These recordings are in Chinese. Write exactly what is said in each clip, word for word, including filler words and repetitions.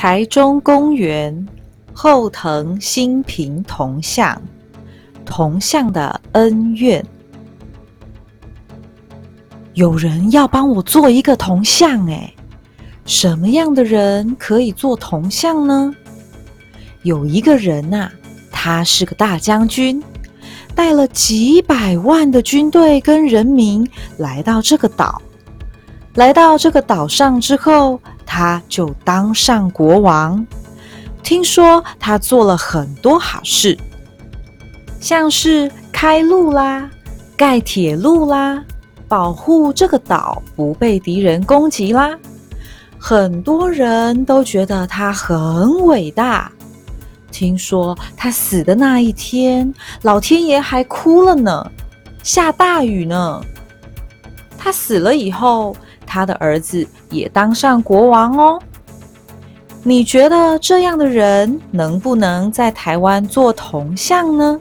台中公园后藤新平铜像，铜像的恩怨。有人要帮我做一个铜像诶，什么样的人可以做铜像呢？有一个人啊，他是个大将军，带了几百万的军队跟人民来到这个岛。来到这个岛上之后，他就当上国王。听说他做了很多好事，像是开路啦、盖铁路啦、保护这个岛不被敌人攻击啦。很多人都觉得他很伟大。听说他死的那一天，老天爷还哭了呢，下大雨呢。他死了以后，他的儿子也当上国王哦。你觉得这样的人能不能在台湾做铜像呢？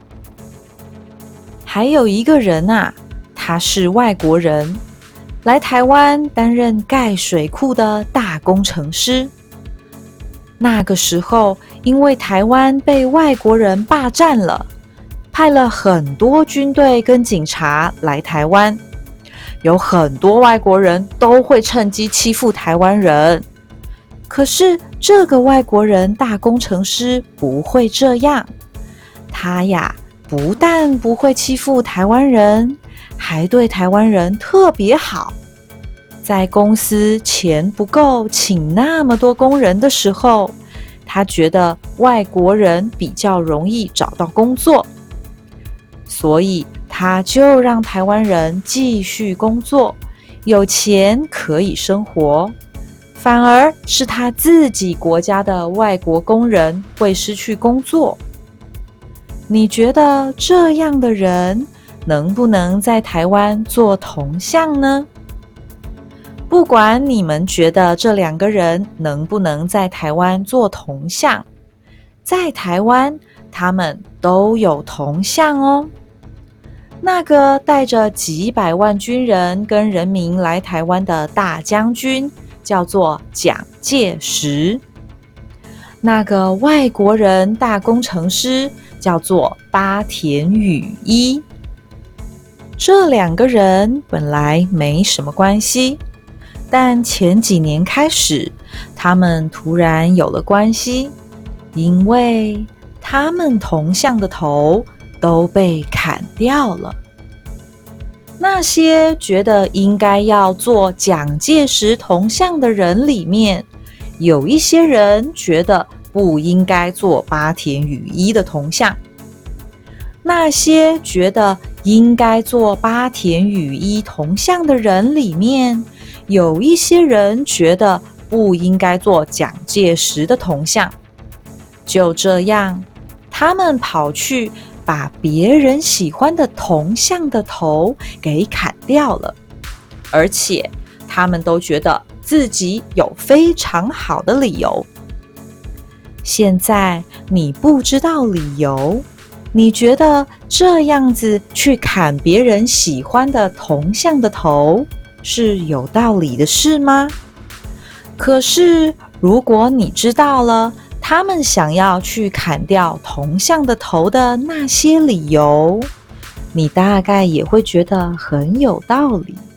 还有一个人啊，他是外国人，来台湾担任盖水库的大工程师。那个时候，因为台湾被外国人霸占了，派了很多军队跟警察来台湾。有很多外国人都会趁机欺负台湾人，可是这个外国人大工程师不会这样。他呀，不但不会欺负台湾人，还对台湾人特别好。在公司钱不够请那么多工人的时候，他觉得外国人比较容易找到工作，所以他就让台湾人继续工作，有钱可以生活，反而是他自己国家的外国工人会失去工作。你觉得这样的人能不能在台湾做铜像呢？不管你们觉得这两个人能不能在台湾做铜像，在台湾他们都有铜像哦。那个带着几百万军人跟人民来台湾的大将军叫做蒋介石，那个外国人大工程师叫做八田羽一。这两个人本来没什么关系，但前几年开始，他们突然有了关系，因为他们铜像的头都被砍掉了。那些觉得应该要做蒋介石铜像的人里面，有一些人觉得不应该做八田羽一的铜像。那些觉得应该做八田羽一铜像的人里面，有一些人觉得不应该做蒋介石的铜像。就这样，他们跑去把别人喜欢的铜像的头给砍掉了，而且他们都觉得自己有非常好的理由。现在你不知道理由，你觉得这样子去砍别人喜欢的铜像的头是有道理的事吗？可是如果你知道了他们想要去砍掉铜像的头的那些理由，你大概也会觉得很有道理。